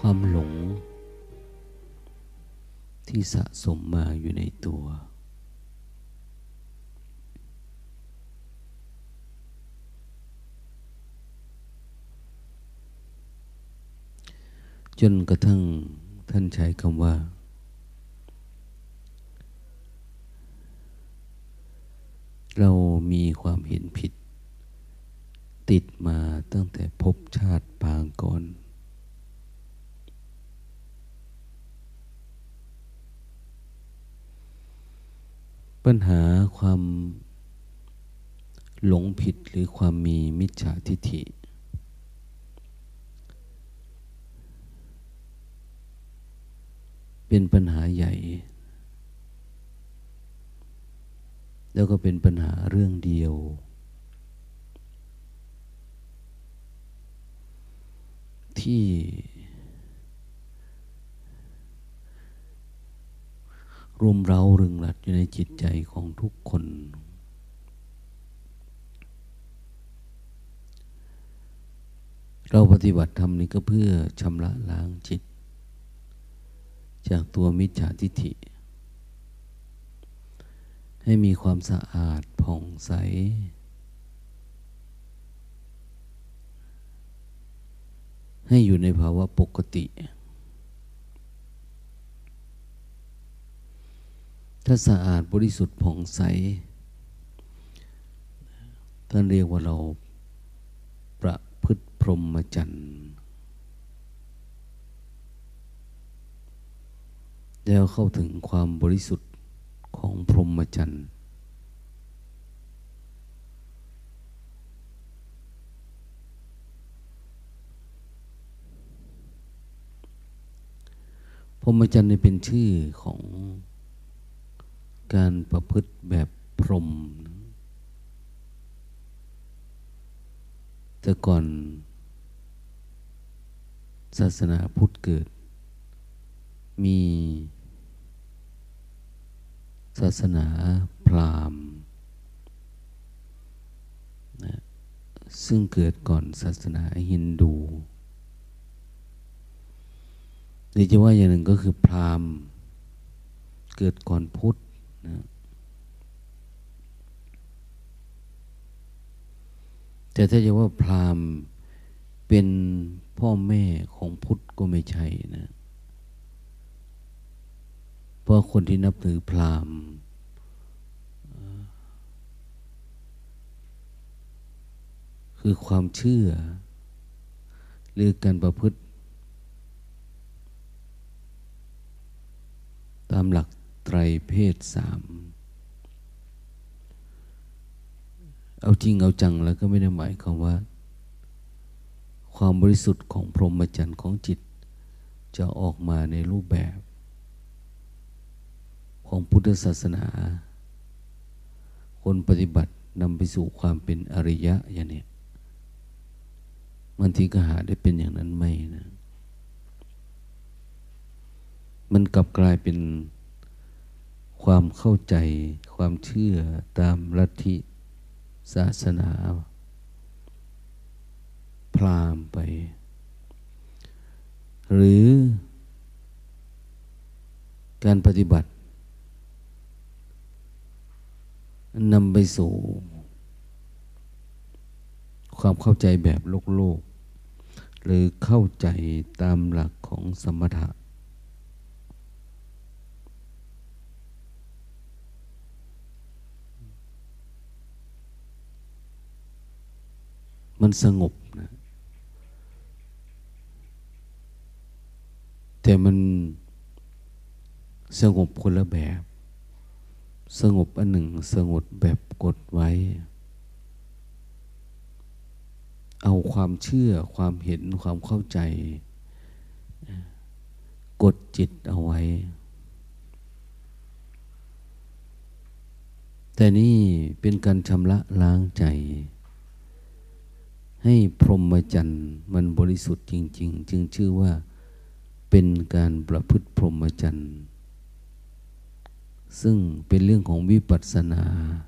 ความหลงที่สะสมมาอยู่ในตัวจนกระทั่งท่านใช้คำว่าเรามีความเห็นผิดติดมาตั้งแต่ภพชาติปางก่อนปัญหาความหลงผิดหรือความมีมิจฉาทิฏฐิเป็นปัญหาใหญ่แล้วก็เป็นปัญหาเรื่องเดียวที่รุมเร้ารึงรัดอยู่ในจิตใจของทุกคนเราปฏิบัติธรรมนี้ก็เพื่อชำระล้างจิตจากตัวมิจฉาทิฏฐิให้มีความสะอาดผ่องใสให้อยู่ในภาวะปกติถ้าสะอาดบริสุทธิ์ผ่องใสท่านเรียกว่าเราประพฤติพรหมจรรย์แล้วเข้าถึงความบริสุทธิ์ของพรหมจรรย์พรหมจรรย์เป็นชื่อของการประพฤติแบบพรหมแต่ก่อนศาสนาพุทธเกิดมีศาสนาพราหมณ์นะซึ่งเกิดก่อนศาสนาฮินดูหรือจะว่าอย่างหนึ่งก็คือพราหมณ์เกิดก่อนพุทธนะแต่ถ้าจะว่าพราหมณ์เป็นพ่อแม่ของพุทธก็ไม่ใช่นะเพราะคนที่นับถือพราหมณ์คือความเชื่อหรือการประพฤติตามหลักไตรเพศสามเอาจริงเอาจังแล้วก็ไม่ได้หมายความว่าความบริสุทธิ์ของพรหมจรรย์ของจิตจะออกมาในรูปแบบของพุทธศาสนาคนปฏิบัตินำไปสู่ความเป็นอริยะอย่างนี้บางทีก็หาได้เป็นอย่างนั้นไม่นะมันกลับกลายเป็นความเข้าใจความเชื่อตามลัทธิศาสนาพราหมณ์ไปหรือการปฏิบัตินำไปสู่ความเข้าใจแบบโลกหรือเข้าใจตามหลักของสมถะมันสงบนะแต่มันสงบคนละแบบสงบอันหนึ่งสงบแบบกดไว้เอาความเชื่อความเห็นความเข้าใจกดจิตเอาไว้แต่นี่เป็นการชำระล้างใจให้พรหมจรรย์มันบริสุทธิ์จริงๆจึงชื่อว่าเป็นการประพฤติพรหมจรรย์ซึ่งเป็นเรื่องของวิปัสสนา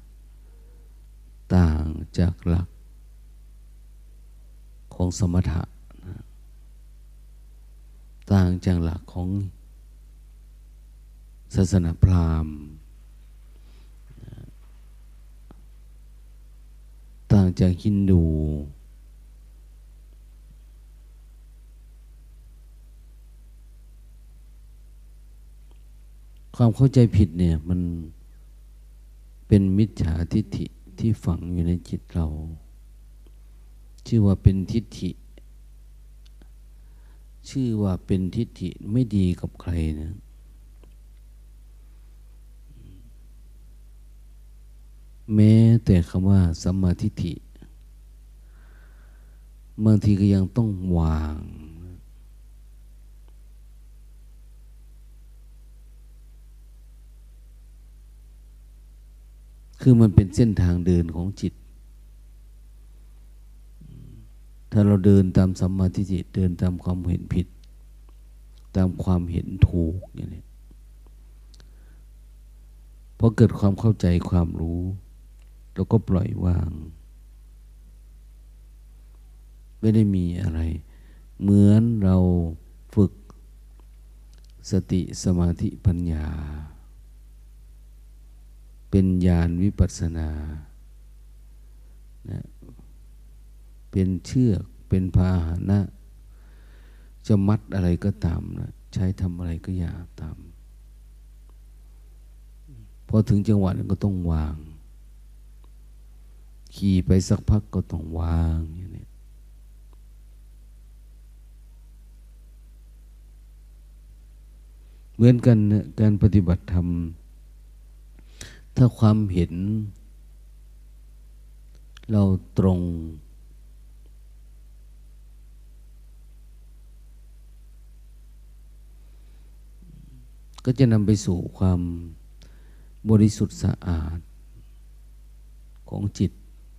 ต่างจากหลักของสมถะนะต่างจากหลักของศาสนาพราหมณ์ต่างจากฮินดูความเข้าใจผิดเนี่ยมันเป็นมิจฉาทิฏฐิที่ฝังอยู่ในจิตเราชื่อว่าเป็นทิฏฐิชื่อว่าเป็นทิฏฐิไม่ดีกับใครนะแม้แต่คำว่าสัมมาทิฏฐิบางทีก็ยังต้องวางคือมันเป็นเส้นทางเดินของจิตถ้าเราเดินตามสัมมาทิฏฐิเดินตามความเห็นผิดตามความเห็นถูกอย่างนี้พอเกิดความเข้าใจความรู้เราก็ปล่อยวางไม่ได้มีอะไรเหมือนเราฝึกสติสมาธิปัญญาเป็นญาณวิปัสสนานะเป็นเชือกเป็นพาหนะจะมัดอะไรก็ตามนะใช้ทำอะไรก็อย่าตามพอถึงจังหวะนั้นก็ต้องวางขี่ไปสักพักก็ต้องวางอย่างนี้เหมือนกันนะการปฏิบัติธรรมถ้าความเห็นเราตรงก็จะนำไปสู่ความบริสุทธิ์สะอาดของจิต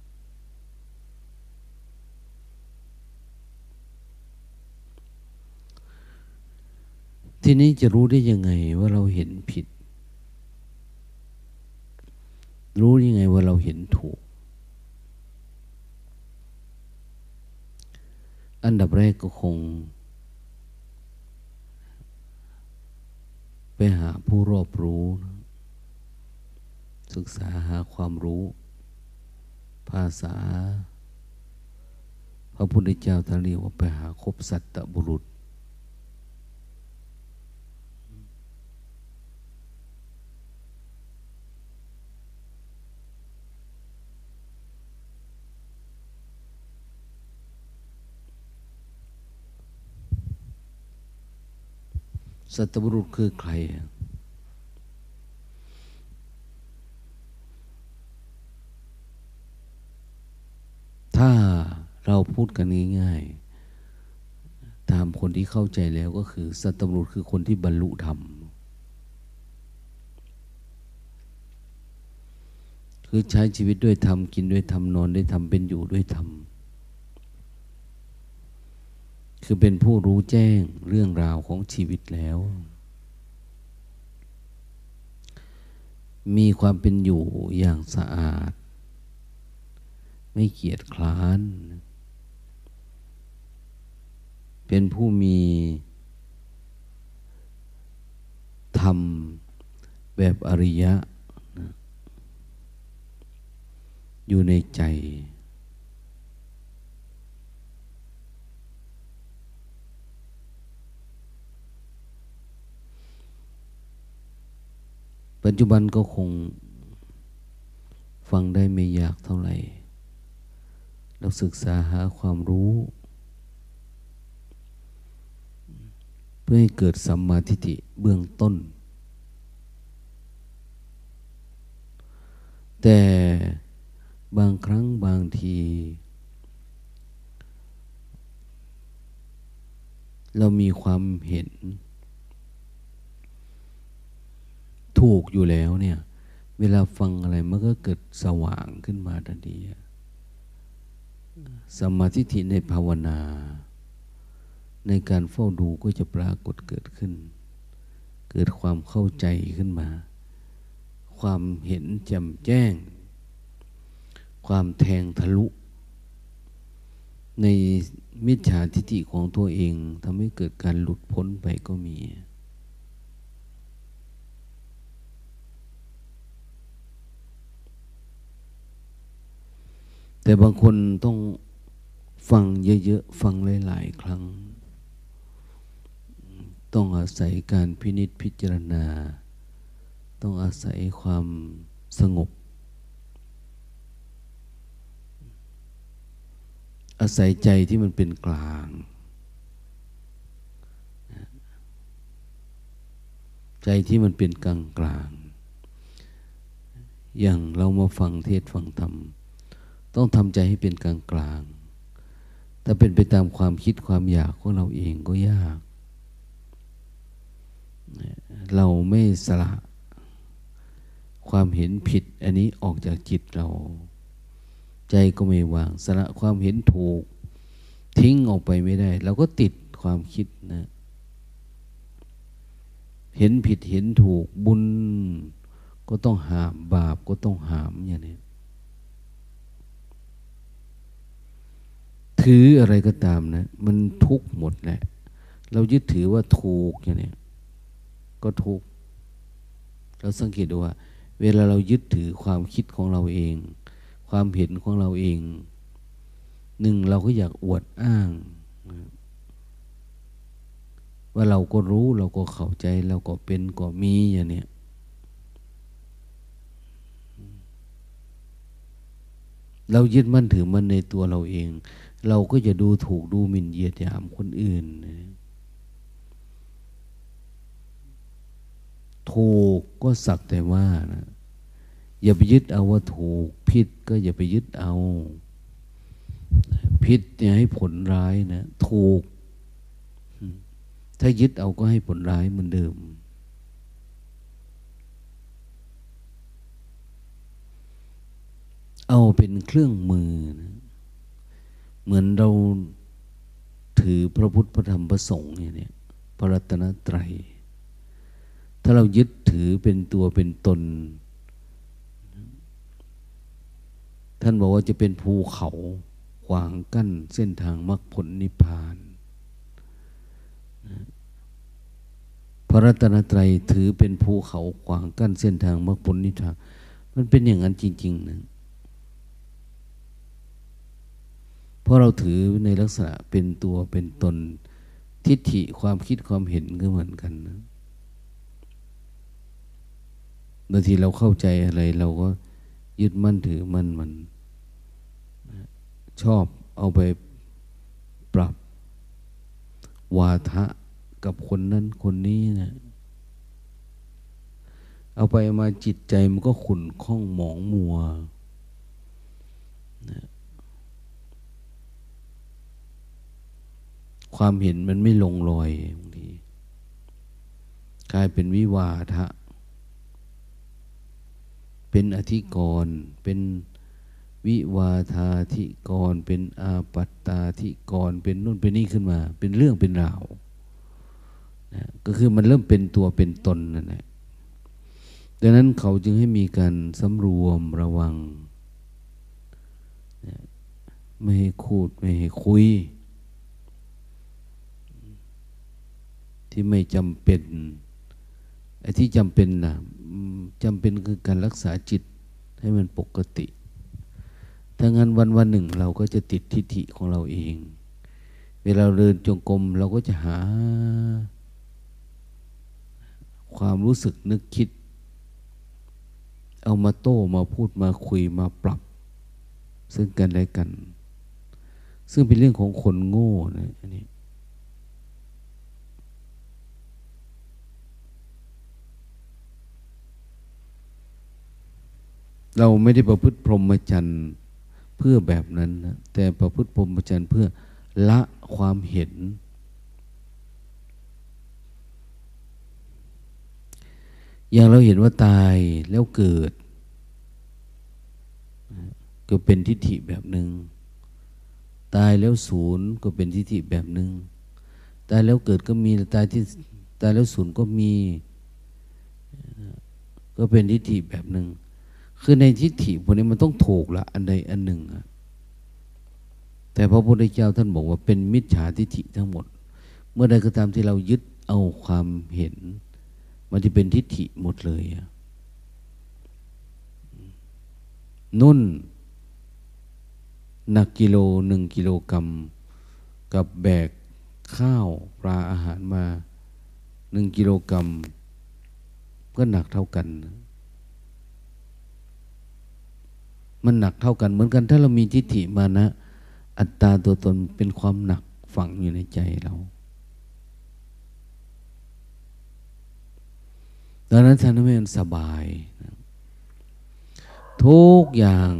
ทีนี้จะรู้ได้ยังไงว่าเราเห็นผิดรู้ยังไงว่าเราเห็นถูกอันดับแรกก็คงไปหาผู้รอบรู้ศึกษาหาความรู้ภาษาพระพุทธเจ้าท่านเรียกว่าไปหาคบสัตตบุรุษสัตบุรุษคือใครถ้าเราพูดกันง่ายๆตามคนที่เข้าใจแล้วก็คือสัตบุรุษคือคนที่บรรลุธรรมคือใช้ชีวิตด้วยธรรมกินด้วยธรรมนอนด้วยธรรมเป็นอยู่ด้วยธรรมคือเป็นผู้รู้แจ้งเรื่องราวของชีวิตแล้วมีความเป็นอยู่อย่างสะอาดไม่เกียจคร้านเป็นผู้มีธรรมแบบอริยะอยู่ในใจปัจจุบันก็คงฟังได้ไม่ยากเท่าไหร่เราศึกษาหาความรู้เพื่อให้เกิดสัมมาทิฏฐิเบื้องต้นแต่บางครั้งบางทีเรามีความเห็นถูกอยู่แล้วเนี่ยเวลาฟังอะไรมันก็เกิดสว่างขึ้นมาทันทีสัมมาทิฏฐิในภาวนาในการเฝ้าดูก็จะปรากฏเกิดขึ้นเกิดความเข้าใจขึ้นมาความเห็นแจ่มแจ้งความแทงทะลุในมิจฉาทิฏฐิของตัวเองทำให้เกิดการหลุดพ้นไปก็มีแต่บางคนต้องฟังเยอะๆฟังหลายๆครั้งต้องอาศัยการพินิจพิจารณาต้องอาศัยความสงบอาศัยใจที่มันเป็นกลางใจที่มันเป็นกลางกลางอย่างเรามาฟังเทศน์ฟังธรรมต้องทำใจให้เป็นกลางกลางถ้าเป็นไปตามความคิดความอยากของเราเองก็ยากเราไม่สละความเห็นผิดอันนี้ออกจากจิตเราใจก็ไม่วางสละความเห็นถูกทิ้งออกไปไม่ได้เราก็ติดความคิดนะเห็นผิดเห็นถูกบุญก็ต้องหามบาปก็ต้องหามอย่างนี้ถืออะไรก็ตามนะมันทุกข์หมดแหละเรายึดถือว่าถูกอย่างนี้ก็ทุกข์เราสังเกตดูว่าเวลาเรายึดถือความคิดของเราเองความเห็นของเราเองหนึ่งเราก็อยากอวดอ้างว่าเราก็รู้เราก็เข้าใจเราก็เป็นก็มีอย่างนี้เรายึดมั่นถือมันในตัวเราเองเราก็จะดูถูกดูหมิ่นเหยียดหยามคนอื่นถูกก็สักแต่ว่านะอย่าไปยึดเอาว่าถูกผิดก็อย่าไปยึดเอาผิดเนี่ยให้ผลร้ายนะถูกถ้ายึดเอาก็ให้ผลร้ายเหมือนเดิมเอาเป็นเครื่องมือนะเหมือนเราถือพระพุทธพระธรรมพระสงฆ์เนี่ยพระรัตนตรัยถ้าเรายึดถือเป็นตัวเป็นตนท่านบอกว่าจะเป็นภูเขาขวางกั้นเส้นทางมรรคผลนิพพานพระรัตนตรัยถือเป็นภูเขาขวางกั้นเส้นทางมรรคผลนิพพานมันเป็นอย่างนั้นจริงๆนะเพราะเราถือในลักษณะเป็นตัวเป็นตนทิฏฐิความคิดความเห็นก็เหมือนกันนะบางทีเราเข้าใจอะไรเราก็ยึดมั่นถือมั่นมันชอบเอาไปปรับวาทะกับคนนั้นคนนี้นะเอาไปมาจิตใจมันก็ขุ่นข้องหมองมัวนะความเห็นมันไม่ลงรอยบางทีกลายเป็นวิวาทะเป็นอธิกรณ์เป็นวิวาทาธิกรณ์เป็นอาปัตตาธิกรณ์เป็นนู่นเป็นนี่ขึ้นมาเป็นเรื่องเป็นราวนะก็คือมันเริ่มเป็นตัวเป็นตนนั่นแหละดังนั้นเขาจึงให้มีการสำรวมระวังนะไม่ให้คูดไม่ให้คุยที่ไม่จำเป็นไอ้ที่จำเป็นนะจำเป็นคือการรักษาจิตให้มันปกติถ้างั้นวันหนึ่งเราก็จะติดทิฏฐิของเราเองเวลาเดินจงกรมเราก็จะหาความรู้สึกนึกคิดเอามาโต้มาพูดมาคุยมาปรับซึ่งกันและกันซึ่งเป็นเรื่องของคนโง่นะอันนี้เราไม่ได้ประพฤติพรหมจรรย์เพื่อแบบนั้นนะแต่ประพฤติพรหมจรรย์เพื่อละความเห็นอย่างเราเห็นว่าตายแล้วเกิดก็เป็นทิฏฐิแบบหนึ่งตายแล้วศูนย์ก็เป็นทิฏฐิแบบหนึ่งตายแล้วเกิดก็มีตายแล้วศูนย์ก็มีก็เป็นทิฏฐิแบบหนึ่งคือในทิฏฐิพวกนี้มันต้องถูกละอันใดอันหนึ่งแต่พระพุทธเจ้าท่านบอกว่าเป็นมิจฉาทิฏฐิทั้งหมดเมื่อใดก็ตามที่เรายึดเอาความเห็นมันจะเป็นทิฏฐิหมดเลยนุ่นหนักกิโล1 กิโลกรัมกับแบกข้าวปลาอาหารมา1 กิโลกรัมก็หนักเท่ากันมันหนักเท่ากันเหมือนกันถ้าเรามีทิฏฐิมานะอัตตาตัวตนเป็นความหนักฝังอยู่ในใจเราดังนั้นท่านไม่มันสบายนะทุกอย่าง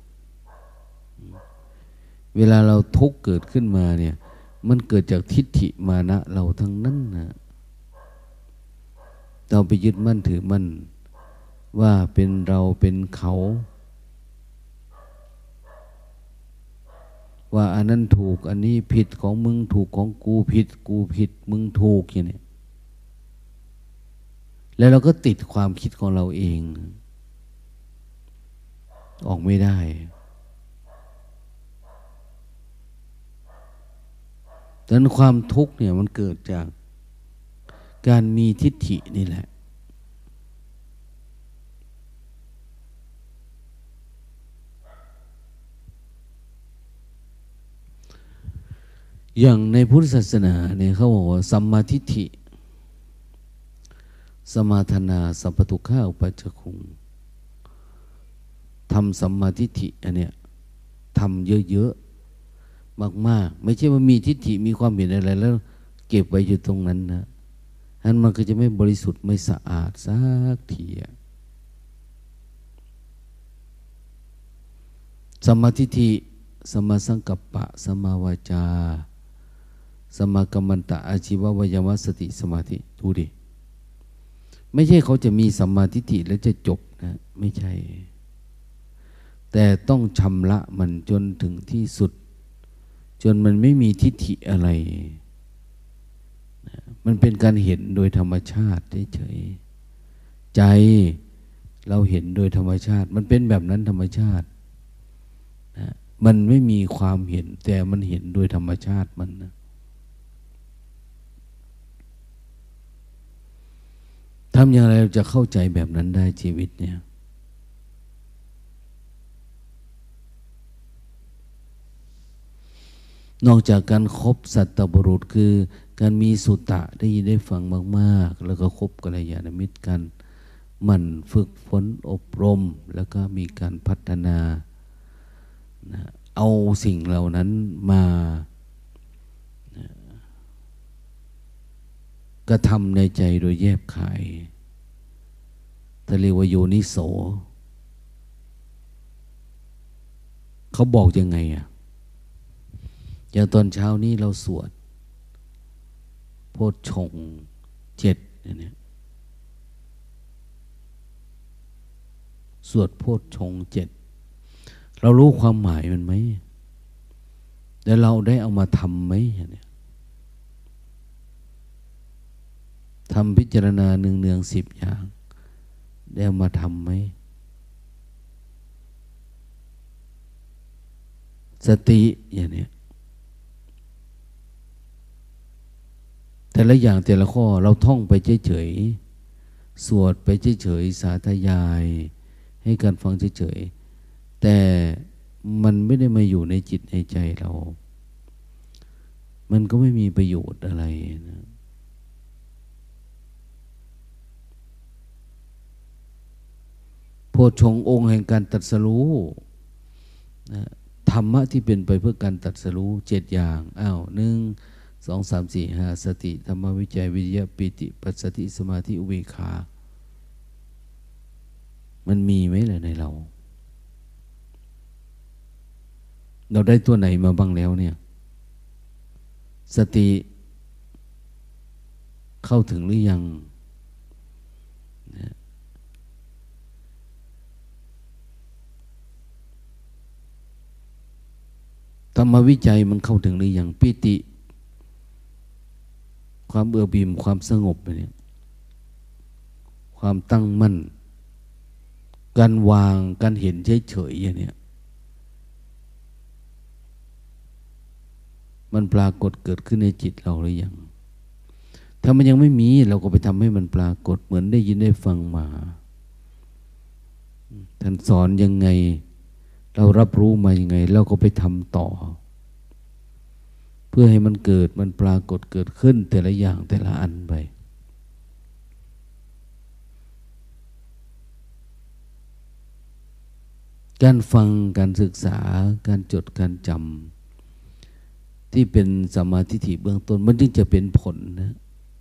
เวลาเราทุกข์เกิดขึ้นมาเนี่ยมันเกิดจากทิฏฐิมานะเราทั้งนั้นนะเราไปยึดมั่นถือมั่นว่าเป็นเราเป็นเขาว่าอันนั้นถูกอันนี้ผิดของมึงถูกของกูผิดกูผิดมึงถูกอย่างนี้แล้วเราก็ติดความคิดของเราเองออกไม่ได้ดังนั้นความทุกข์เนี่ยมันเกิดจากการมีทิฏฐินี่แหละอย่างในพุทธศาสนาเนี่ยเขาบอกว่าสัมมาทิฏฐิสมาทนาสัพพทุกขาอุปัชฌคุงทำสัมมาทิฏฐิอันเนี้ยทำเยอะๆมากๆไม่ใช่ว่ามีทิฏฐิมีความเห็นอะไรแล้วเก็บไว้อยู่ตรงนั้นนะอันมันก็จะไม่บริสุทธิ์ไม่สะอาดสักทีสัมมาทิฏฐิสัมมาสังกัปปะสัมมาวาจาสัมมากัมมันตะอาชีววิยามสติสมาธิดูดิไม่ใช่เขาจะมีสัมมาทิฏฐิแล้วจะจบนะไม่ใช่แต่ต้องชำระมันจนถึงที่สุดจนมันไม่มีทิฏฐิอะไรนะมันเป็นการเห็นโดยธรรมชาติเฉยๆใจเราเห็นโดยธรรมชาติมันเป็นแบบนั้นธรรมชาตินะมันไม่มีความเห็นแต่มันเห็นโดยธรรมชาติมันนะทำอย่างไรเราจะเข้าใจแบบนั้นได้ชีวิตเนี่ยนอกจากการคบสัตตบุรุษคือการมีสุตตะได้ยินได้ฟังมากๆแล้วก็คบกัลยาณมิตรกันหมั่นฝึกฝนอบรมแล้วก็มีการพัฒนานะเอาสิ่งเหล่านั้นมานะกระทำในใจโดยแยบคายทะเลวโยนิโสเขาบอกยังไงอย่างตอนเช้านี้เราสวดโพชฌงค์7เนี่ยสวดโพชฌงค์7เรารู้ความหมายมันไหมแล้วเราได้เอามาทำไหมเนี่ยทำพิจารณาเนืองๆ10 อย่างได้เอามาทำไหมสติอย่างเนี้ยแต่ละอย่างแต่ละข้อเราท่องไปเฉยๆสวดไปเฉยๆสาธยายให้การฟังเฉยๆแต่มันไม่ได้มาอยู่ในจิตในใจเรามันก็ไม่มีประโยชน์อะไรนะโพชฌงค์องค์แห่งการตรัสรู้นะธรรมะที่เป็นไปเพื่อการตรัสรู้7 อย่าง1 2 3 4 5สติธรรมวิจัยวิริยะปิติปัสสติสมาธิอุเบกขามันมีไหมล่ะในเราได้ตัวไหนมาบ้างแล้วเนี่ยสติเข้าถึงหรือยังนะธรรมวิจัยมันเข้าถึงหรือยังปิติความเบื่อบิ่มความสงบเนี่ยความตั้งมั่นการวางการเห็นเฉยๆอย่างเนี้ยมันปรากฏเกิดขึ้นในจิตเราหรือยังถ้ามันยังไม่มีเราก็ไปทำให้มันปรากฏเหมือนได้ยินได้ฟังมาท่านสอนยังไงเรารับรู้มายังไงเราก็ไปทำต่อเพื่อให้มันเกิดมันปรากฏเกิดขึ้นแต่ละอย่างแต่ละอันไปการฟังการศึกษาการจดการจำที่เป็นสัมมาทิฏฐิเบื้องต้นมันจึงจะเป็นผลนะ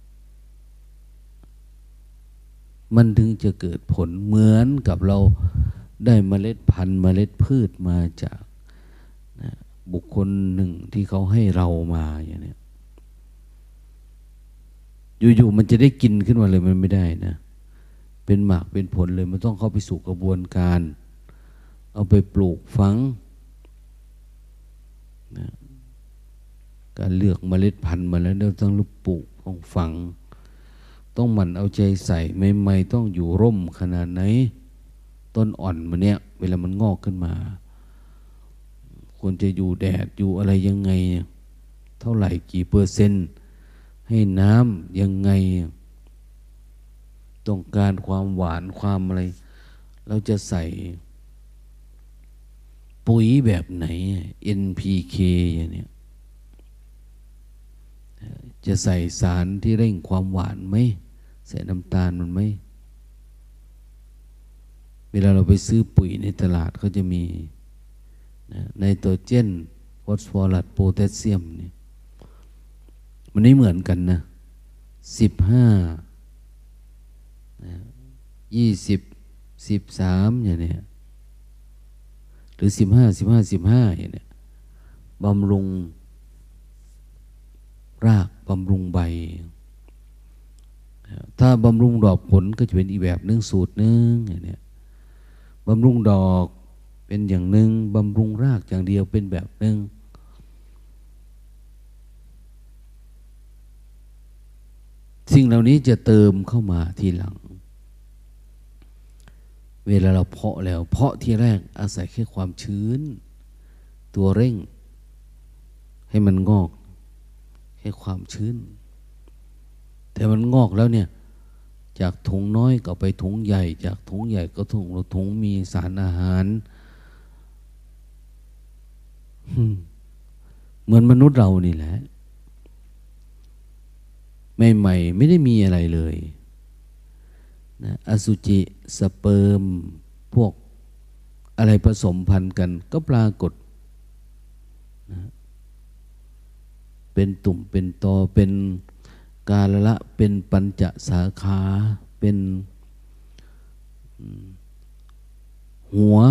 มันถึงจะเกิดผลเหมือนกับเราได้เมล็ดพันธุ์เมล็ดพืชมาจากนะบุคคลหนึ่งที่เขาให้เรามาอย่างนี้อยู่ๆมันจะได้กินขึ้นมาเลยมันไม่ได้นะเป็นหมากเป็นผลเลยมันต้องเข้าไปสู่กระบวนการเอาไปปลูกฝังนะการเลือกเมล็ดพันธุ์มาแล้วเราต้องปลูกต้องฝังต้องหมั่นเอาใจใส่ใหม่ๆต้องอยู่ร่มขนาดไหนต้นอ่อนมันเนี้ยเวลามันงอกขึ้นมาควรจะอยู่แดดอยู่อะไรยังไงเท่าไหร่กี่เปอร์เซ็นต์ให้น้ำยังไงต้องการความหวานความอะไรเราจะใส่ปุ๋ยแบบไหน NPK อย่างเนี้ยจะใส่สารที่เร่งความหวานไหมใส่น้ำตาลมันไหมเวลาเราไปซื้อปุ๋ยในตลาดเขาจะมีไนโตรเจนฟอสฟอรัสโพแทสเซียมนี่มันไม่เหมือนกันนะ15 20 13อย่างเนี้ยหรือ15 อย่างเนี้ยบำรุงรากบำรุงใบถ้าบำรุงดอกผลก็จะเป็นอีกแบบนึงสูตรนึงอย่างเนี้ยบำรุงดอกเป็นอย่างหนึ่งบำรุงรากอย่างเดียวเป็นแบบหนึ่งสิ่งเหล่านี้จะเติมเข้ามาทีหลังเวลาเราเพาะแล้วเพาะที่แรกอาศัยแค่ความชื้นตัวเร่งให้มันงอกแค่ความชื้นแต่มันงอกแล้วเนี่ยจากถุงน้อยก็ไปถุงใหญ่จากถุงใหญ่ก็ถุงมีสารอาหารเหมือนมนุษย์เรานี่แหละใหม่ๆไม่ได้มีอะไรเลยนะอสุจิสเปิร์มพวกอะไรผสมพันธุ์กันก็ปรากฏนะเป็นตุ่มเป็นตอเป็นกาละเป็นปัญจสาขาเป็นหัว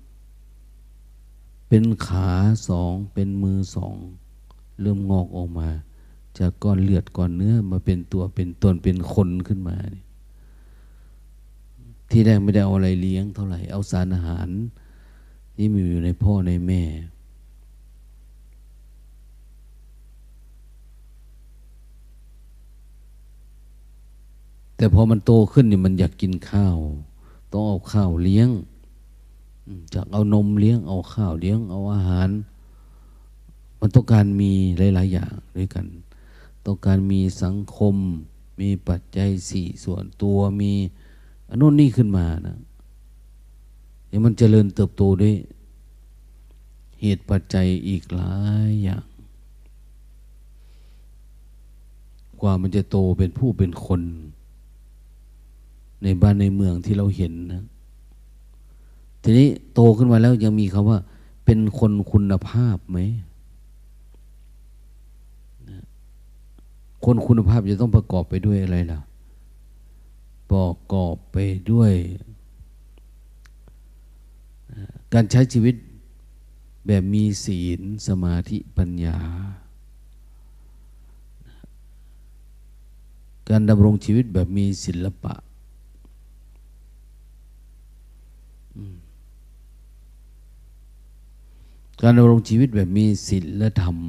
เป็นขาสองเป็นมือสองเริ่มงอกออกมาจากก้อนเลือดก้อนเนื้อมาเป็นตัวเป็นตนเป็นคนขึ้นมาเนี่ยที่แรกไม่ได้เอาอะไรเลี้ยงเท่าไหร่เอาสารอาหารที่มีอยู่ในพ่อในแม่แต่พอมันโตขึ้นนี่มันอยากกินข้าวต้องเอาข้าวเลี้ยงจากเอานมเลี้ยงเอาข้าวเลี้ยงเอาอาหารมันต้องการมีหลายๆอย่างด้วยกันต้องการมีสังคมมีปัจจัยสี่ส่วนตัวมีอันโน้นนี่ขึ้นมานะเดี๋ยวมันเจริญเติบโตด้วยเหตุปัจจัยอีกหลายอย่างกว่ามันจะโตเป็นผู้เป็นคนในบ้านในเมืองที่เราเห็นนะทีนี้โตขึ้นมาแล้วยังมีคำว่าเป็นคนคุณภาพไหมคนคุณภาพจะต้องประกอบไปด้วยอะไรล่ะประกอบไปด้วยการใช้ชีวิตแบบมีศีลสมาธิปัญญาการดำรงชีวิตแบบมีศิลปะการดำรงชีวิตแบบมีศีลธรรม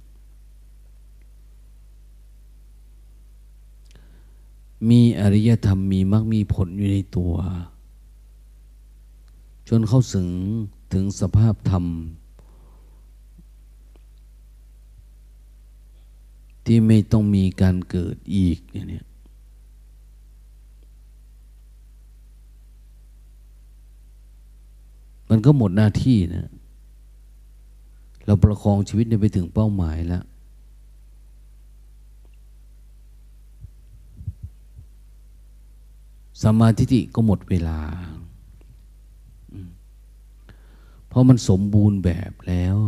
มีอริยธรรมมีมรรคมีผลอยู่ในตัวจนเข้าถึงสภาพธรรมที่ไม่ต้องมีการเกิดอีกเนี่ยมันก็หมดหน้าที่นะเราประคองชีวิตไปถึงเป้าหมายแล้วสัมมาทิฏฐิก็หมดเวลาเพราะมันสมบูรณ์แบบแล้ว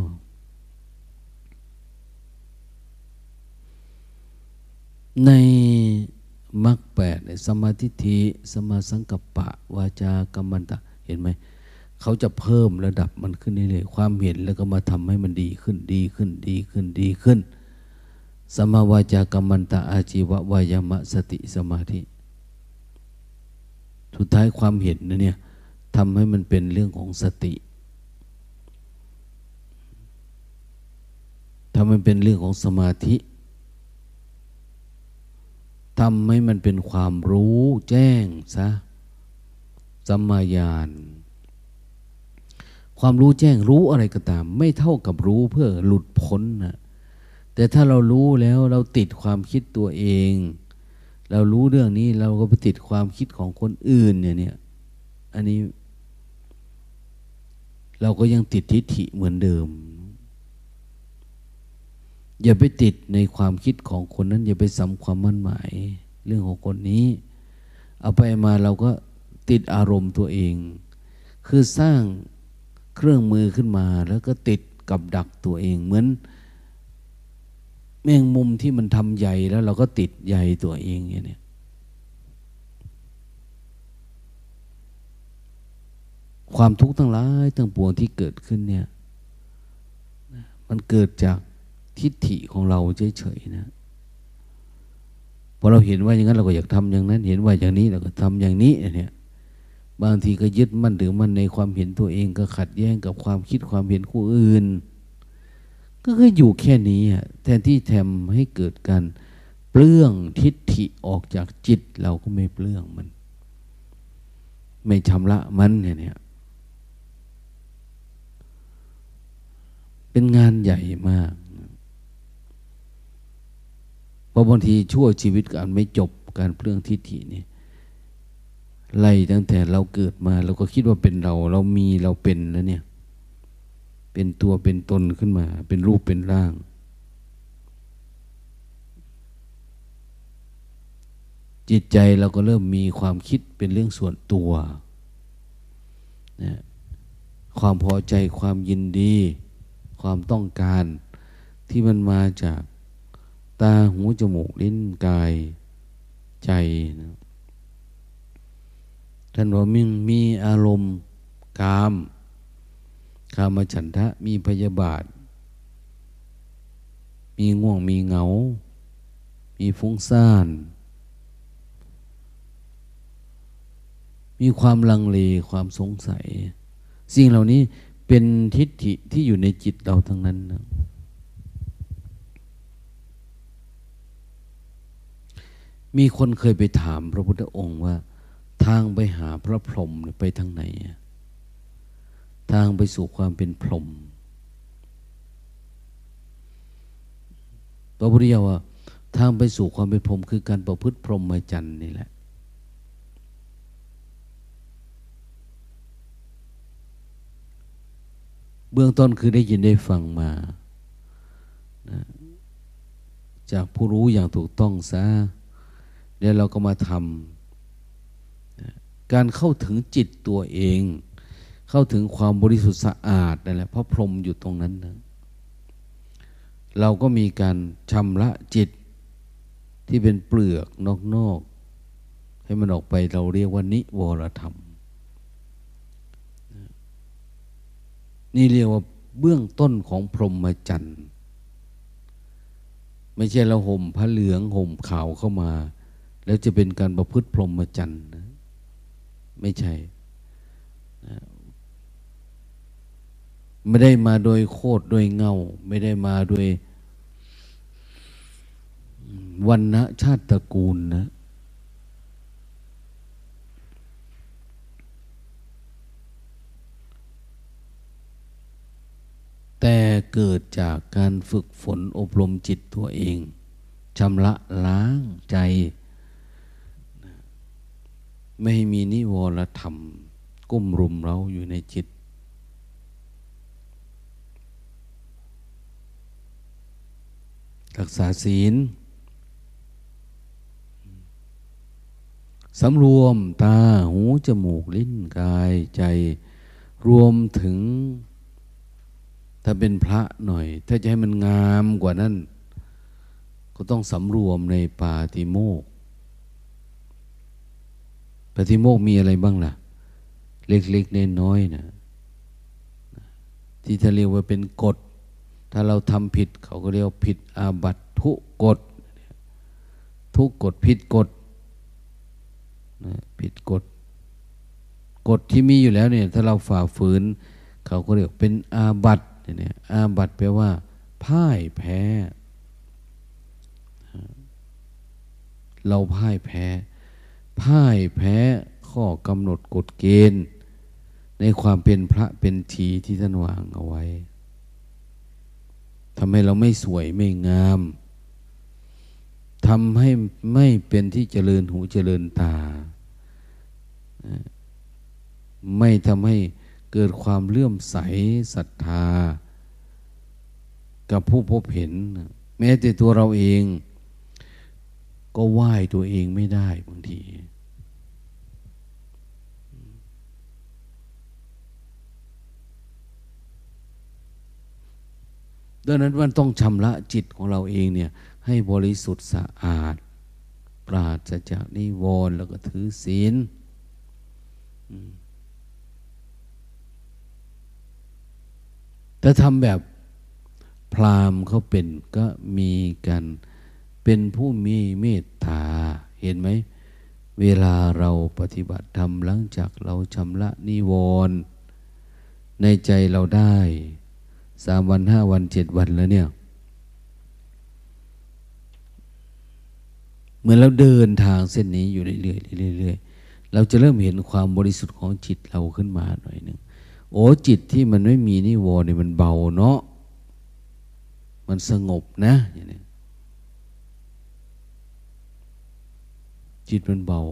ในมรรคแปดสัมมาทิฏฐิสัมมาสังกัปปะวาจากัมมันตะเห็นไหมเขาจะเพิ่มระดับมันขึ้นเรื่อยๆความเห็นแล้วก็มาทำให้มันดีขึ้นดีขึ้นดีขึ้นดีขึ้นสัมมาวาจากัมมันตะอาชีวะวายามะสติสมาธิสุดท้ายความเห็นนะเนี่ยทำให้มันเป็นเรื่องของสติทำให้มันเป็นเรื่องของสมาธิทำให้มันเป็นความรู้แจ้งซะสัมมาญาณความรู้แจ้งรู้อะไรก็ตามไม่เท่ากับรู้เพื่อหลุดพ้นนะแต่ถ้าเรารู้แล้วเราติดความคิดตัวเองเรารู้เรื่องนี้เราก็ไปติดความคิดของคนอื่นเนี่ยอันนี้เราก็ยังติดทิฏฐิเหมือนเดิมอย่าไปติดในความคิดของคนนั้นอย่าไปสำความมั่นหมายเรื่องของคนนี้เอาไปมาเราก็ติดอารมณ์ตัวเองคือสร้างเครื่องมือขึ้นมาแล้วก็ติดกับดักตัวเองเหมือนแมงมุมที่มันทำใยแล้วเราก็ติดใยตัวเองอย่างนี้ความทุกข์ทั้งหลายทั้งปวงที่เกิดขึ้นเนี่ยมันเกิดจากทิฏฐิของเราเฉยๆนะพอเราเห็นว่าอย่างนั้นเราก็อยากทำอย่างนั้นเห็นว่าอย่างนี้เราก็ทำอย่างนี้เนี่ยบางทีก็ยึดมั่นถือมั่นในความเห็นตัวเองก็ขัดแย้งกับความคิดความเห็นผู้อื่นก็คืออยู่แค่นี้แทนที่ทำให้เกิดการเปลื้องทิฏฐิออกจากจิตเราก็ไม่เปลื้องมันไม่ชำระมันเนี่ยเป็นงานใหญ่มากเพราะบางทีชั่วชีวิตการไม่จบการเปลื้องทิฏฐินี่ไล่ตั้งแต่เราเกิดมาเราก็คิดว่าเป็นเราเรามีเราเป็นแล้วเนี่ยเป็นตัวเป็นตนขึ้นมาเป็นรูปเป็นร่างจิตใจเราก็เริ่มมีความคิดเป็นเรื่องส่วนตัวนะความพอใจความยินดีความต้องการที่มันมาจากตาหูจมูกลิ้นกายใจนะท่านว่ามีอารมณ์กามฉันทะมีพยาบาทมีง่วงมีเหงามีฟุ้งซ่านมีความลังเลความสงสัยสิ่งเหล่านี้เป็นทิฏฐิที่อยู่ในจิตเราทั้งนั้นนะมีคนเคยไปถามพระพุทธองค์ว่าทางไปหาพระพรหมไปทางไหนทางไปสู่ความเป็นพรหมพระพุทธเจ้าว่าทางไปสู่ความเป็นพรหมคือการประพฤติพรหมจรรย์นี่แหละเบื้องต้นคือได้ยินได้ฟังมานะจากผู้รู้อย่างถูกต้องซะแล้วเราก็มาทำนะการเข้าถึงจิตตัวเองเข้าถึงความบริสุทธิ์สะอาดนั่นแหละเพราะพรหมอยู่ตรงนั้นนะเราก็มีการชำระจิตที่เป็นเปลือกนอกๆให้มันออกไปเราเรียกว่านิวรธรรมนี่เรียกว่าเบื้องต้นของพรหมจรรย์ไม่ใช่เราห่มผ้าเหลืองห่มขาวเข้ามาแล้วจะเป็นการประพฤติพรหมจรรย์นะไม่ใช่นะไม่ได้มาโดยโคตรโดยเงาไม่ได้มาโดยวรรณะชาติตระกูลนะแต่เกิดจากการฝึกฝนอบรมจิตตัวเองชำระล้างใจไม่ให้มีนิวรธรรมกุ้มรุมเราอยู่ในจิตรักษาศีลสำรวมตาหูจมูกลิ้นกายใจรวมถึงถ้าเป็นพระหน่อยถ้าจะให้มันงามกว่านั้นก็ต้องสำรวมในปาติโมกข์ปาติโมกข์มีอะไรบ้างล่ะเล็กๆน้อยๆนะที่เขาเรียกว่าเป็นกฎถ้าเราทำผิดเขาก็เรียกว่าผิดอาบัติทุกฎทุกกฎผิดกฎนะผิดกฎกฎที่มีอยู่แล้วเนี่ยถ้าเราฝ่าฝืนเขาก็เรียกเป็นอาบัติเนี่ยอาบัติแปลว่าพ่ายแพ้เราพ่ายแพ้ข้อกำหนดกฎเกณฑ์ในความเป็นพระเป็นทีที่ท่านวางเอาไว้ทำให้เราไม่สวยไม่งามทำให้ไม่เป็นที่เจริญหูเจริญตาไม่ทำให้เกิดความเลื่อมใสศรัทธากับผู้พบเห็นแม้แต่ตัวเราเองก็ไหว้ตัวเองไม่ได้บางทีดังนั้นมันต้องชำระจิตของเราเองเนี่ยให้บริสุทธิ์สะอาดปราศจากนิวรณ์แล้วก็ถือศีลถ้าทำแบบพราหมณ์เขาเป็นก็มีกันเป็นผู้มีเมตตาเห็นไหมเวลาเราปฏิบัติธรรมหลังจากเราชำระนิวรณ์ในใจเราได้3 วัน5 วัน7 วันแล้วเนี่ยเหมือนเราเดินทางเส้นนี้อยู่เรื่อยๆเรื่อยๆเราจะเริ่มเห็นความบริสุทธิ์ของจิตเราขึ้นมาหน่อยหนึ่งโอ้จิตที่มันไม่มีนิวรณ์เนี่ยมันเบาเนาะมันสงบนะอย่างนี้จิตมันเบา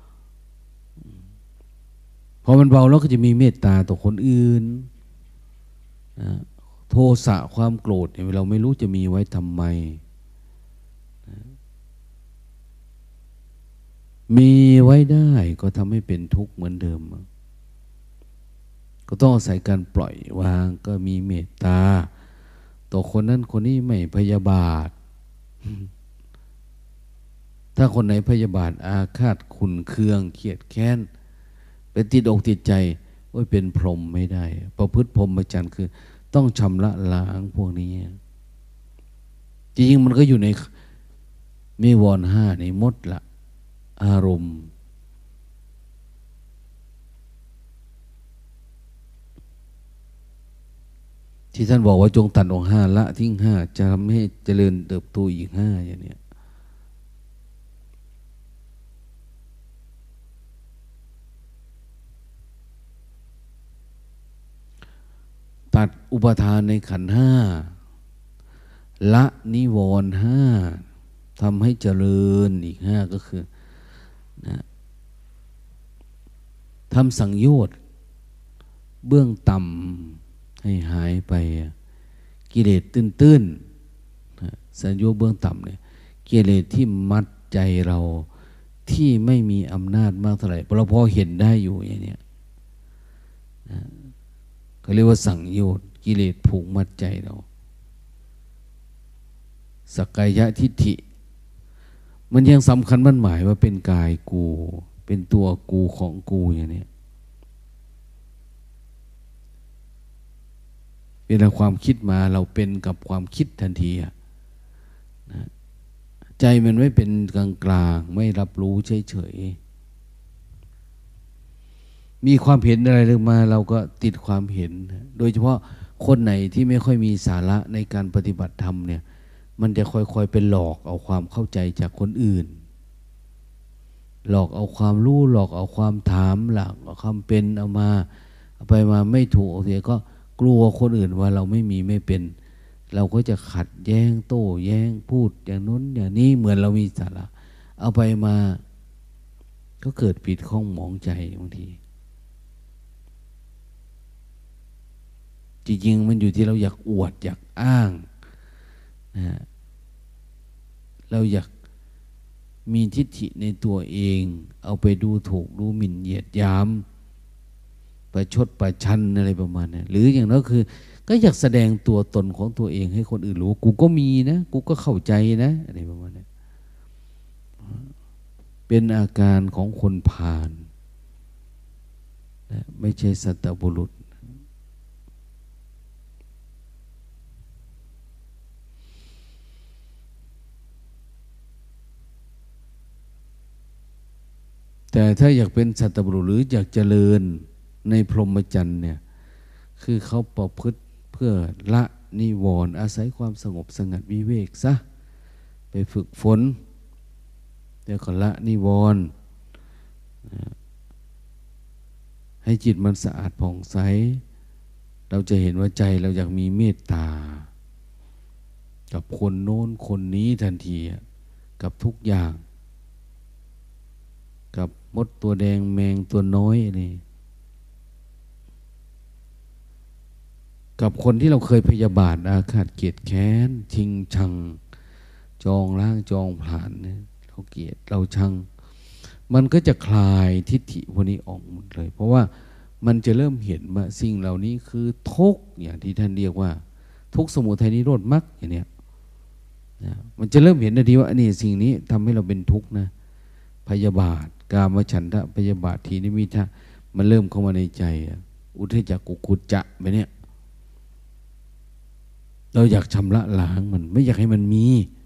พอมันเบาแล้วก็จะมีเมตตาต่อคนอื่นนะโทสะความโกรธเนี่ยเราไม่รู้จะมีไว้ทำไมนะมีไว้ได้ก็ทำให้เป็นทุกข์เหมือนเดิมก็ต้องอาศัยการปล่อยวางก็มีเมตตาต่อคนนั้นคนนี้ไม่พยาบาทถ้าคนไหนพยาบาทอาฆาตขุ่นเคืองเกลียดแค้นเป็นติดอกติดใจว่าเป็นพรหมไม่ได้ประพฤติพรหมจรรย์คือต้องชำระล้างพวกนี้จริงๆมันก็อยู่ในนิวรณ์5ในหมดละอารมณ์ที่ท่านบอกว่าจงตัดออก5ละทิ้ง5จะทำให้เจริญเติบโตอีก5อย่างนี้ตัดอุปทานในขันธ์5ละนิวรณ์5ทำให้เจริญอีก5ก็คือนะทำสังโยชน์เบื้องต่ำให้หายไปกิเลสตื้นๆสังโยชน์เบื้องต่ำเนี่ยกิเลสที่มัดใจเราที่ไม่มีอำนาจมากเท่าไหร่เราพอเห็นได้อยู่อย่างนี้เขาเรียกว่าสังโยชน์กิเลสผูกมัดใจเราสักกายทิฏฐิมันยังสำคัญมั่นหมายว่าเป็นกายกูเป็นตัวกูของกูอย่างนี้เวลาความคิดมาเราเป็นกับความคิดทันทีนะใจมันไม่เป็นกลางๆไม่รับรู้เฉยๆมีความเห็นอะไรเรื่องมาเราก็ติดความเห็นโดยเฉพาะคนไหนที่ไม่ค่อยมีสาระในการปฏิบัติธรรมเนี่ยมันจะค่อยๆเป็นหลอกเอาความเข้าใจจากคนอื่นหลอกเอาความรู้หลอกเอาความถามหลักเอาคำเป็นเอาไปมาไม่ถูกเสียก็กลัวคนอื่นว่าเราไม่มีไม่เป็นเราก็จะขัดแย้งโต้แย้งพูดอย่างนู้นอย่างนี้เหมือนเรามีสาระเอาไปมาก็เกิดผิดข้องหมองใจบางทีจริงๆมันอยู่ที่เราอยากอวดอยากอ้างนะเราอยากมีทิฏฐิในตัวเองเอาไปดูถูกดูหมิ่นเหยียดหยามประชดประชันอะไรประมาณนี้หรืออย่างนั้นคือก็อยากแสดงตัวตนของตัวเองให้คนอื่นรู้กูก็มีนะกูก็เข้าใจนะอะไรประมาณนี้เป็นอาการของคนพาลนะไม่ใช่สัตบุรุษแต่ถ้าอยากเป็นสัตบุรุษหรืออยากเจริญในพรหมจรรย์เนี่ยคือเขาประพฤติเพื่อละนิวรณ์อาศัยความสงบสงัดวิเวกซะไปฝึกฝนเดี๋ยวก็ละนิวรณ์ให้จิตมันสะอาดผ่องใสเราจะเห็นว่าใจเราอยากมีเมตตากับคนโน้นคนนี้ทันทีกับทุกอย่างกับมดตัวแดงแมงตัวน้อยนี่กับคนที่เราเคยพยาบาทอาฆาตเกลียดแค้นชิงชังจองล้างจองผลาญเนี่ยเราเกลียดเราชังมันก็จะคลายทิฏฐิพวกนี้ออกหมดเลยเพราะว่ามันจะเริ่มเห็นว่าสิ่งเหล่านี้คือทุกข์อย่างที่ท่านเรียกว่าทุกข์สมุทัยนิโรธมรรคอย่างเนี้ยนะมันจะเริ่มเห็นทันทีว่าอันนี้สิ่งนี้ทำให้เราเป็นทุกข์นะพยาบาทกามฉันทะพยาบาททีนิมิทะมันเริ่มเข้ามาในใจอุทธัจจกุกุจจะไปเนี่ยเราอยากชำระล้างมันไม่อยากให้มันมี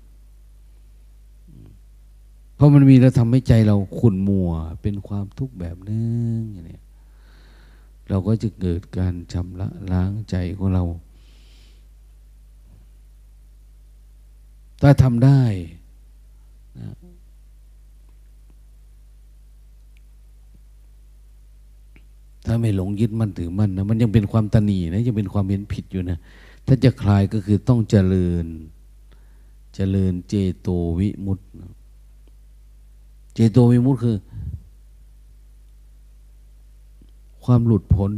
เพราะมันมีแล้วทำให้ใจเราขุ่นมัวเป็นความทุกข์แบบนึงอย่างนี้เราก็จะเกิดการชำระล้างใจของเราถ้าทำได้นะถ้าไม่หลงยึดมั่นถือมั่นนะมันยังเป็นความตนีนะยังเป็นความเห็นผิดอยู่นะถ้าจะคลายก็คือต้องเจริญเจโตวิมุตติเจโตวิมุตติคือความหลุดพ้น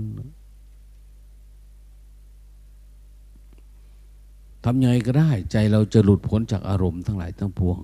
ทำยังไงก็ได้ใจเราจะหลุดพ้นจากอารมณ์ทั้งหลายทั้งปวง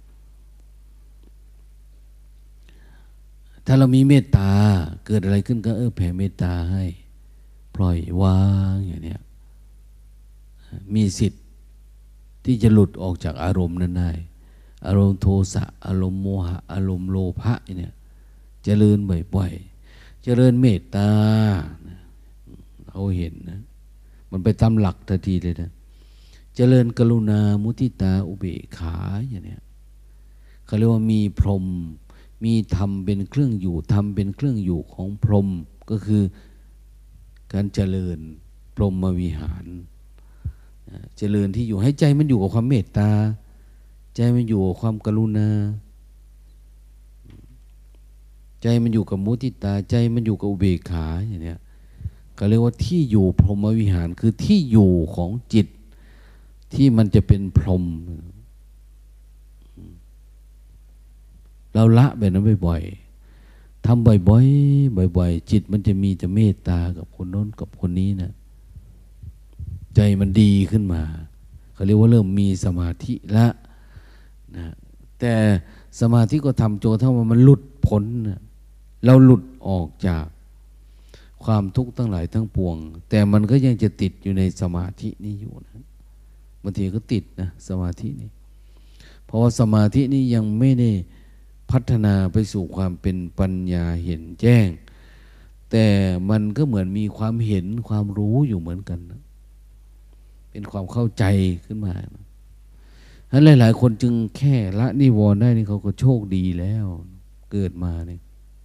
ถ้าเรามีเมตตาเกิดอะไรขึ้นก็แผ่เมตตาให้ปล่อยวางอย่างเนี้ยมีสิทธิ์ที่จะหลุดออกจากอารมณ์นั้นได้อารมณ์โทสะอารมณ์โมหะอารมณ์โลภะเนี่ยเจริญบ่อยๆเจริญเมตตาเราเห็นนะมันไปตามหลักทันทีเลยนะเจริญกรุณามุทิตาอุเบกขาอย่างเนี้ยเขาเรียกว่ามีพรหมมีธรรมเป็นเครื่องอยู่ธรรมเป็นเครื่องอยู่ของพรหมก็คือการเจริญพรหมวิหารเจริญที่อยู่ให้ใจมันอยู่กับความเมตตาใจมันอยู่กับความกรุณาใจมันอยู่กับมุทิตาใจมันอยู่กับอุเบกขาอย่างเนี้ยก็เรียกว่าที่อยู่พรหมวิหารคือที่อยู่ของจิตที่มันจะเป็นพรหมเราละแบบนั้นบ่อยๆทำบ่อยๆบ่อยๆจิตมันจะมีแต่เมตตากับคนโน้นกับคนนี้นะใจมันดีขึ้นมาเขาเรียกว่าเริ่มมีสมาธิละนะแต่สมาธิก็ทำโจเท่าว่ามันหลุดพ้นนะเราหลุดออกจากความทุกข์ทั้งหลายทั้งปวงแต่มันก็ยังจะติดอยู่ในสมาธินี้อยู่นะบางทีก็ติดนะสมาธินี้เพราะว่าสมาธินี้ยังไม่ได้พัฒนาไปสู่ความเป็นปัญญาเห็นแจ้งแต่มันก็เหมือนมีความเห็นความรู้อยู่เหมือนกันนะเป็นความเข้าใจขึ้นมาฉะนั้นหลายๆคนจึงแค่ละนิวรณ์ได้นี่เขาก็โชคดีแล้วเกิดมาเนี่ย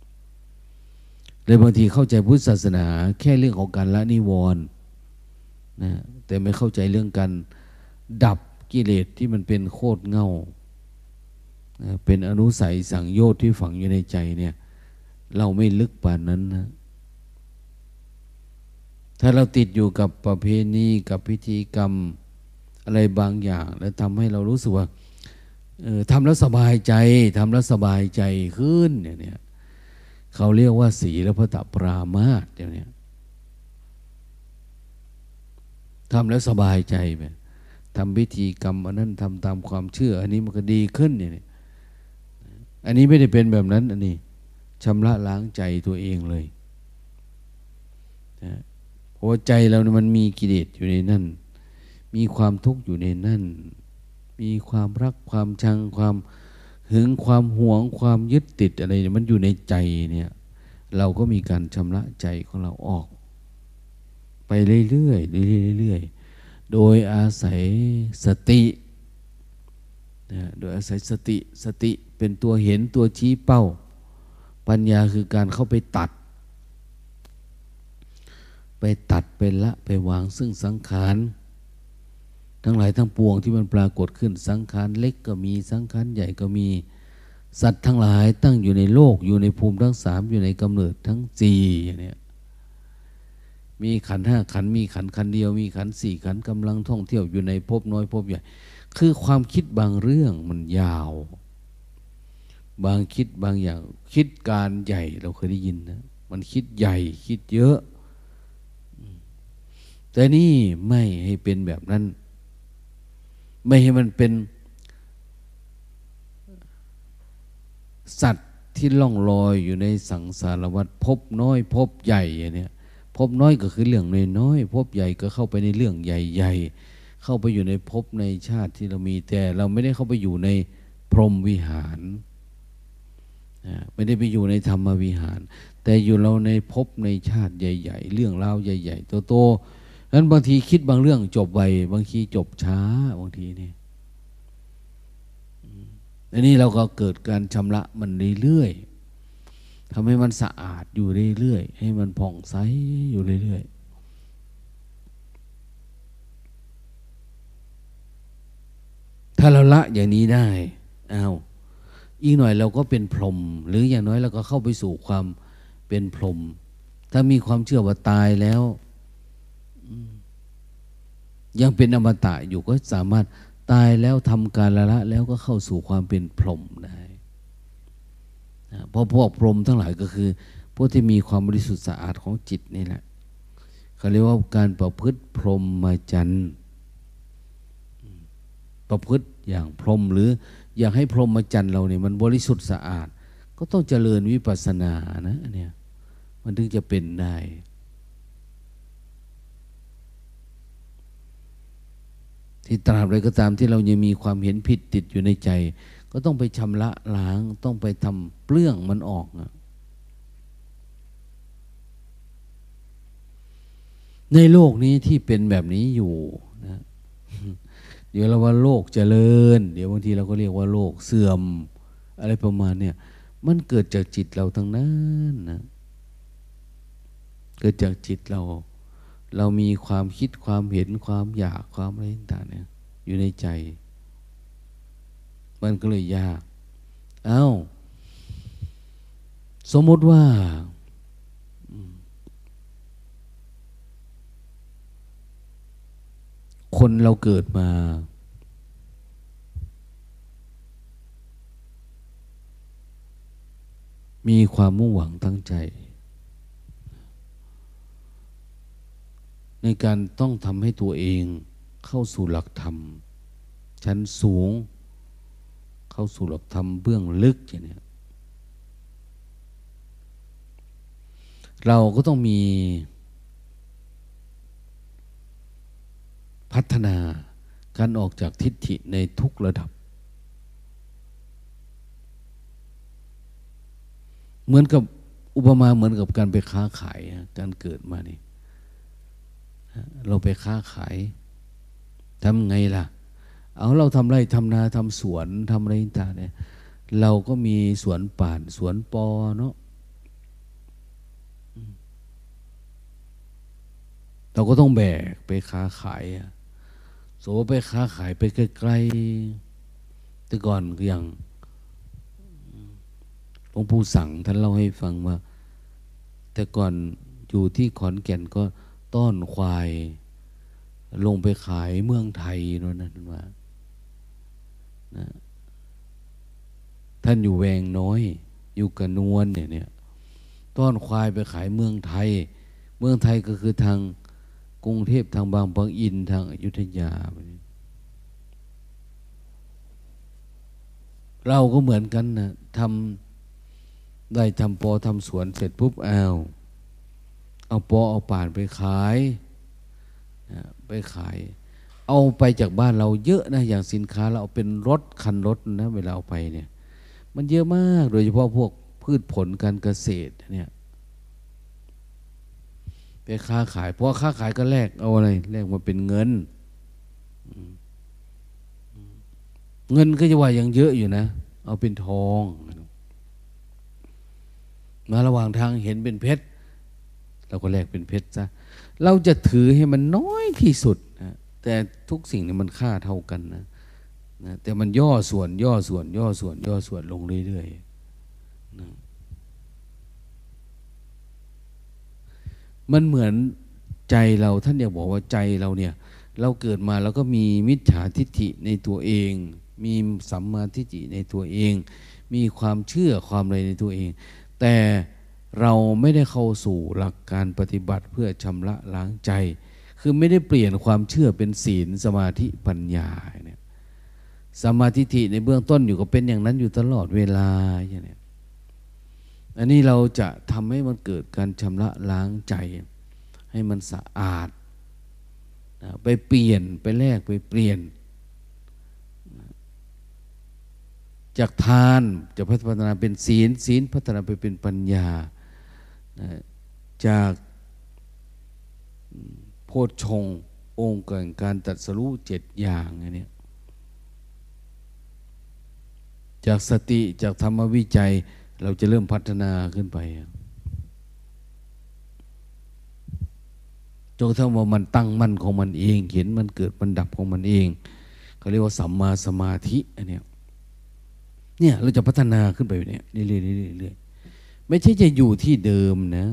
เลยบางทีเข้าใจพุทธศาสนาแค่เรื่องของการละนิวรณ์นะแต่ไม่เข้าใจเรื่องการดับกิเลสที่มันเป็นโคตรเง่านะเป็นอนุสัยสังโยชน์ที่ฝังอยู่ในใจเนี่ยเราไม่ลึกป่านนั้นนะถ้าเราติดอยู่กับประเพณีกับพิธีกรรมอะไรบางอย่างแล้วทำให้เรารู้สึกว่าทำแล้วสบายใจทำแล้วสบายใจขึ้นเนี่ยเขาเรียกว่าศีลพัตตปรามาสเนี่ยทำแล้วสบายใจไปทำพิธีกรรมอันนั้นทำตามความเชื่ออันนี้มันก็ดีขึ้นเนี่ยอันนี้ไม่ได้เป็นแบบนั้นอันนี้ชำระล้างใจตัวเองเลยนะเพราะใจเราเนี่ยมันมีกิเลสอยู่ในนั่นมีความทุกข์อยู่ในนั่นมีความรักความชังความหึงความหวงความยึดติดอะไรมันอยู่ในใจเนี่ยเราก็มีการชำระใจของเราออกไปเรื่อยๆเรื่อยๆโดยอาศัยสตินะโดยอาศัยสติเป็นตัวเห็นตัวชี้เป้าปัญญาคือการเข้าไปตัดไปละไปวางซึ่งสังขารทั้งหลายทั้งปวงที่มันปรากฏขึ้นสังขารเล็กก็มีสังขารใหญ่ก็มีสัตว์ทั้งหลายตั้งอยู่ในโลกอยู่ในภูมิทั้งสามอยู่ในกำเนิดทั้งสี่อย่างนี้มีขันธ์ห้าขันธ์มีขันธ์เดียวมีขันธ์สี่ขันธ์กำลังท่องเที่ยวอยู่ในภพน้อยภพใหญ่คือความคิดบางเรื่องมันยาวบางคิดบางอย่างคิดการใหญ่เราเคยได้ยินนะมันคิดใหญ่คิดเยอะแต่นี่ไม่ให้เป็นแบบนั้นไม่ให้มันเป็นสัตว์ที่ล่องลอยอยู่ในสังสารวัฏภพน้อยภพใหญ่อย่างเนี้ยภพน้อยก็คือเรื่องน้อยๆภพใหญ่ก็เข้าไปในเรื่องใหญ่ๆเข้าไปอยู่ในภพในชาติที่เรามีแต่เราไม่ได้เข้าไปอยู่ในพรหมวิหารไม่ได้ไปอยู่ในธรรมวิหารแต่อยู่เราในภพในชาติใหญ่ๆเรื่องราวใหญ่ๆโตๆนั้นบางทีคิดบางเรื่องจบไวบางทีจบช้าบางทีนี่อันนี้เราก็เกิดการชำระมันเรื่อยๆทำให้มันสะอาดอยู่เรื่อยๆให้มันผ่องใสอยู่เรื่อยๆถ้าเราละอย่างนี้ได้อีกหน่อยเราก็เป็นพรหมหรืออย่างน้อยเราก็เข้าไปสู่ความเป็นพรหมถ้ามีความเชื่อว่าตายแล้วยังเป็นอมตะอยู่ก็สามารถตายแล้วทำกาลละแล้วก็เข้าสู่ความเป็นพรหมได้เพราะพวกพรหมทั้งหลายก็คือพวกที่มีความบริสุทธิ์สะอาดของจิตนี่แหละเขาเรียกว่าการประพฤติพรหมจรรย์ประพฤติอย่างพรหมหรืออยากให้พรหมจรรย์เราเนี่ยมันบริสุทธิ์สะอาดก็ต้องเจริญวิปัสสนานะเนี่ยมันถึงจะเป็นได้ที่ตราบใดก็ตามที่เรายังมีความเห็นผิดติดอยู่ในใจก็ต้องไปชำระล้างต้องไปทำเปลื้องมันออกในโลกนี้ที่เป็นแบบนี้อยู่นะเดี๋ยวเราว่าโลกเจริญเดี๋ยวบางทีเราก็เรียกว่าโลกเสื่อมอะไรประมาณเนี่ยมันเกิดจากจิตเราทั้งนั้นนะเกิดจากจิตเรามีความคิดความเห็นความอยากความอะไรต่างๆเนี่ยอยู่ในใจมันก็เลยยากสมมติว่าคนเราเกิดมามีความมุ่งหวังตั้งใจในการต้องทำให้ตัวเองเข้าสู่หลักธรรมชั้นสูงเข้าสู่หลักธรรมเบื้องลึกอย่างนี้เราก็ต้องมีพัฒนาการออกจากทิฏฐิในทุกระดับเหมือนกับอุปมาเหมือนกับการไปค้าขายการเกิดมานี่เราไปค้าขายทำไงล่ะเราทำไร่ทำนาทำสวนทำอะไรต่างเนี่ยเราก็มีสวนป่านสวนปอเนาะเราก็ต้องแบกไปค้าขายโสไปค้าขายไปไกลๆแต่ก่อนอย่างหลวงปู่สั่งท่านเล่าให้ฟังว่าแต่ก่อนอยู่ที่ขอนแก่นก็ต้อนควายลงไปขายเมืองไทยโน่นนั่นว่านะท่านอยู่แวงน้อยอยู่กระนวลเนี่ยต้อนควายไปขายเมืองไทยเมืองไทยก็คือทางกรุงเทพทางบางปะอินทางอยุธยาเราก็เหมือนกันนะทำได้ทำปอทำสวนเสร็จปุ๊บเอาปอเอาป่านไปขายนะไปขายเอาไปจากบ้านเราเยอะนะอย่างสินค้าเราเอาเป็นรถคันรถนะเวลาเอาไปเนี่ยมันเยอะมากโดยเฉพาะพวกพืชผลการเกษตรเนี่ยไปค้าขายเพราะค้าขายก็แลกเอาอะไรแลกมาเป็นเงินเงินก็จะว่ายังเยอะอยู่นะเอาเป็นทองมาระหว่างทางเห็นเป็นเพชรเราก็แลกเป็นเพชรซะเราจะถือให้มันน้อยที่สุดนะแต่ทุกสิ่งเนี่ยมันค่าเท่ากันนะแต่มันย่อส่วนลงเรื่อยๆนะมันเหมือนใจเราท่านอยากบอกว่าใจเราเนี่ยเราเกิดมาแล้วก็มีมิจฉาทิฏฐิในตัวเองมีสัมมาทิฏฐิในตัวเองมีความเชื่อความอะไรในตัวเองแต่เราไม่ได้เข้าสู่หลักการปฏิบัติเพื่อชำระล้างใจคือไม่ได้เปลี่ยนความเชื่อเป็นศีลสมาธิปัญญาเนี่ยสัมมาทิฏฐิในเบื้องต้นอยู่ก็เป็นอย่างนั้นอยู่ตลอดเวลาอย่างนี้อันนี้เราจะทำให้มันเกิดการชำระล้างใจให้มันสะอาดไปเปลี่ยนไปแลกไปเปลี่ยนจากทานจะพัฒนาเป็นศีลศีลพัฒนาไปเป็นปัญญาจากโพชฌงค์องค์การตรัสรู้7อย่างอันนี้จากสติจากธรรมวิจัยเราจะเริ่มพัฒนาขึ้นไปจนกระทั่งว่ามันตั้งมั่นของมันเองเห็นมันเกิดมันดับของมันเองเขาเรียกว่าสัมมาสมาธิอันเนี้ยเนี่ยเราจะพัฒนาขึ้นไปเนี่ยเรื่อยๆไม่ใช่จะอยู่ที่เดิมนะ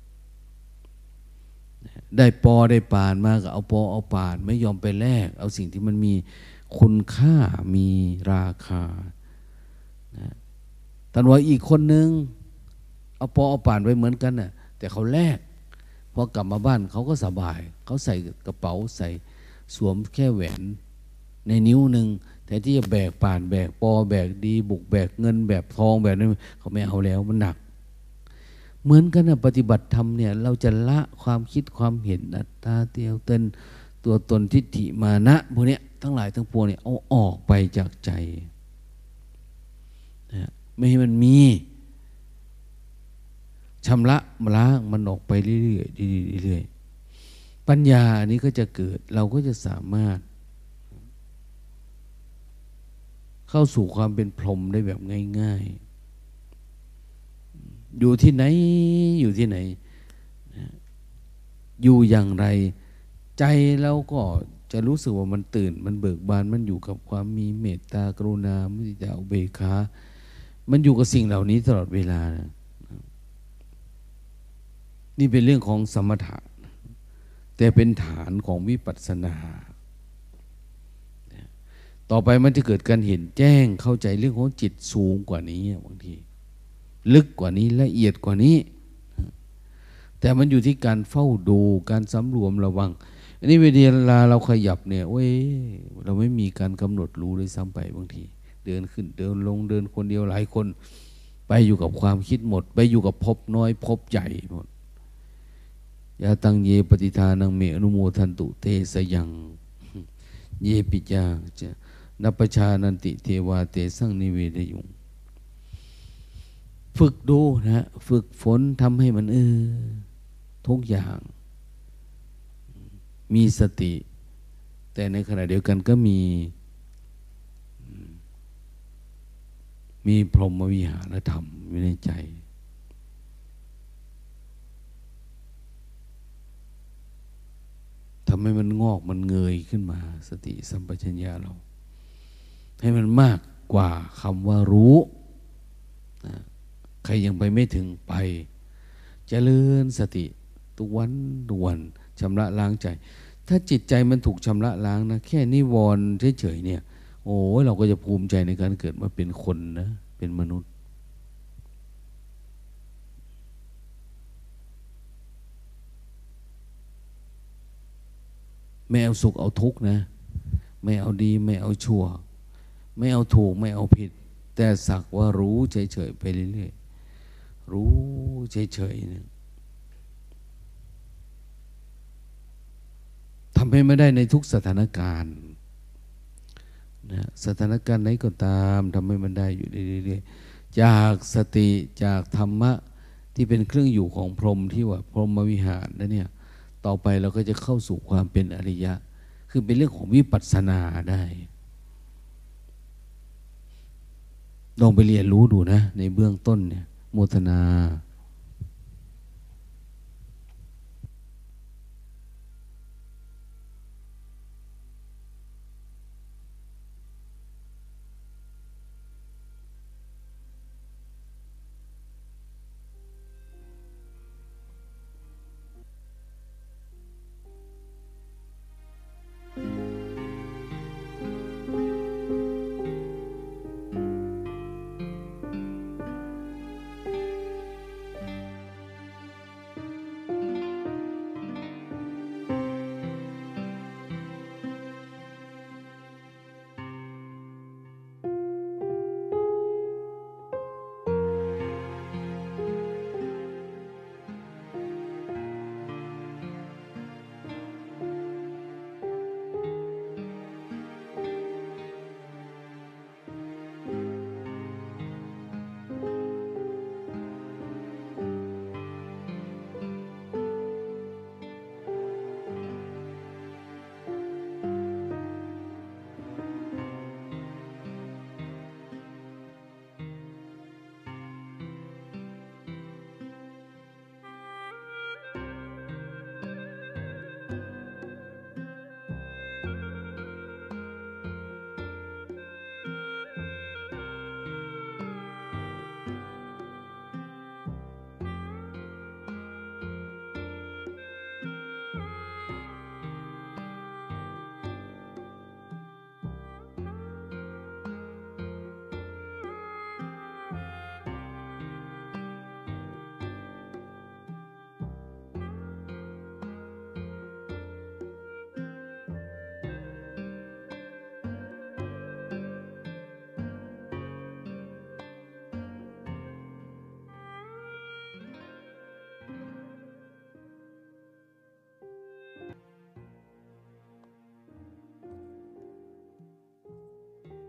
ได้ปอได้ป่านมาก็เอาปอเอาป่านไม่ยอมไปแลกเอาสิ่งที่มันมีคุณค่ามีราคานะท่านว่าอีกคนนึงเอาปอเอาป่านไว้เหมือนกันน่ะแต่เขาแลกพอกลับมาบ้านเขาก็สบายเขาใส่กระเป๋าใส่สวมแค่แหวนในนิ้วหนึ่งแต่ที่จะแบกป่านแบกปอแบกดีบุกแบกเงินแบกทองแบกนั้นเขาไม่เอาแล้วมันหนักเหมือนกันนะปฏิบัติธรรมเนี่ยเราจะละความคิดความเห็นอัตตาเตียวเต้นตัวตนทิฏฐิมานะพวกนี้ทั้งหลายทั้งปวงเนี่ยเอาออกไปจากใจนะไม่ให้มันมีชำระล้างมันออกไปเรื่อยๆเรื่อยๆปัญญาอันนี้ก็จะเกิดเราก็จะสามารถเข้าสู่ความเป็นพรหมได้แบบง่ายๆอยู่ที่ไหนอยู่ที่ไหนอยู่อย่างไรใจเราก็จะรู้สึกว่ามันตื่นมันเบิกบานมันอยู่กับความมีเมตตากรุณามุทิตาอุเบกขามันอยู่กับสิ่งเหล่านี้ตลอดเวลานะนี่เป็นเรื่องของสมถะแต่เป็นฐานของวิปัสสนาต่อไปมันจะเกิดการเห็นแจ้งเข้าใจเรื่องของจิตสูงกว่านี้บางทีลึกกว่านี้ละเอียดกว่านี้แต่มันอยู่ที่การเฝ้าดูการสำรวมระวังอันนี้เวลาเราขยับเนี่ยเราไม่มีการกำหนดรู้เลยซ้ำไปบางทีเดินขึ้นเดินลงเดินคนเดียวหลายคนไปอยู่กับความคิดหมดไปอยู่กับภพน้อยภพใหญ่หมดยาตังเยปฏิทานังเมอนุโมทันตุเตสยังเยปิจาจะนัปปชานันติเทวาเตสังนิเวทยุงฝึกดูนะฝึกฝนทำให้มันทุกอย่างมีสติแต่ในขณะเดียวกันก็มีพรหมวิหารธรรมอยู่ในใจทำให้มันงอกมันเงยขึ้นมาสติสัมปชัญญะเราให้มันมากกว่าคำว่ารู้นะใครยังไปไม่ถึงไปเจริญสติทุกวันชำระล้างใจถ้าจิตใจมันถูกชำระล้างนะแค่นิวรณ์เฉยๆเนี่ยโอ้ยเราก็จะภูมิใจในการเกิดมาเป็นคนนะเป็นมนุษย์ไม่เอาสุขเอาทุกข์นะไม่เอาดีไม่เอาชั่วไม่เอาถูกไม่เอาผิดแต่สักว่ารู้เฉยๆไปเรื่อยๆรู้เฉยๆเนี่ยทำให้ไม่ได้ในทุกสถานการณ์นะสถานการณ์ไหนก็ตามทำให้มันได้อยู่เรื่อยๆจากสติจากธรรมะที่เป็นเครื่องอยู่ของพรหมที่ว่าพรหมวิหารนะเนี่ยต่อไปเราก็จะเข้าสู่ความเป็นอริยะคือเป็นเรื่องของวิปัสสนาได้ลองไปเรียนรู้ดูนะในเบื้องต้นเนี่ยโมทนา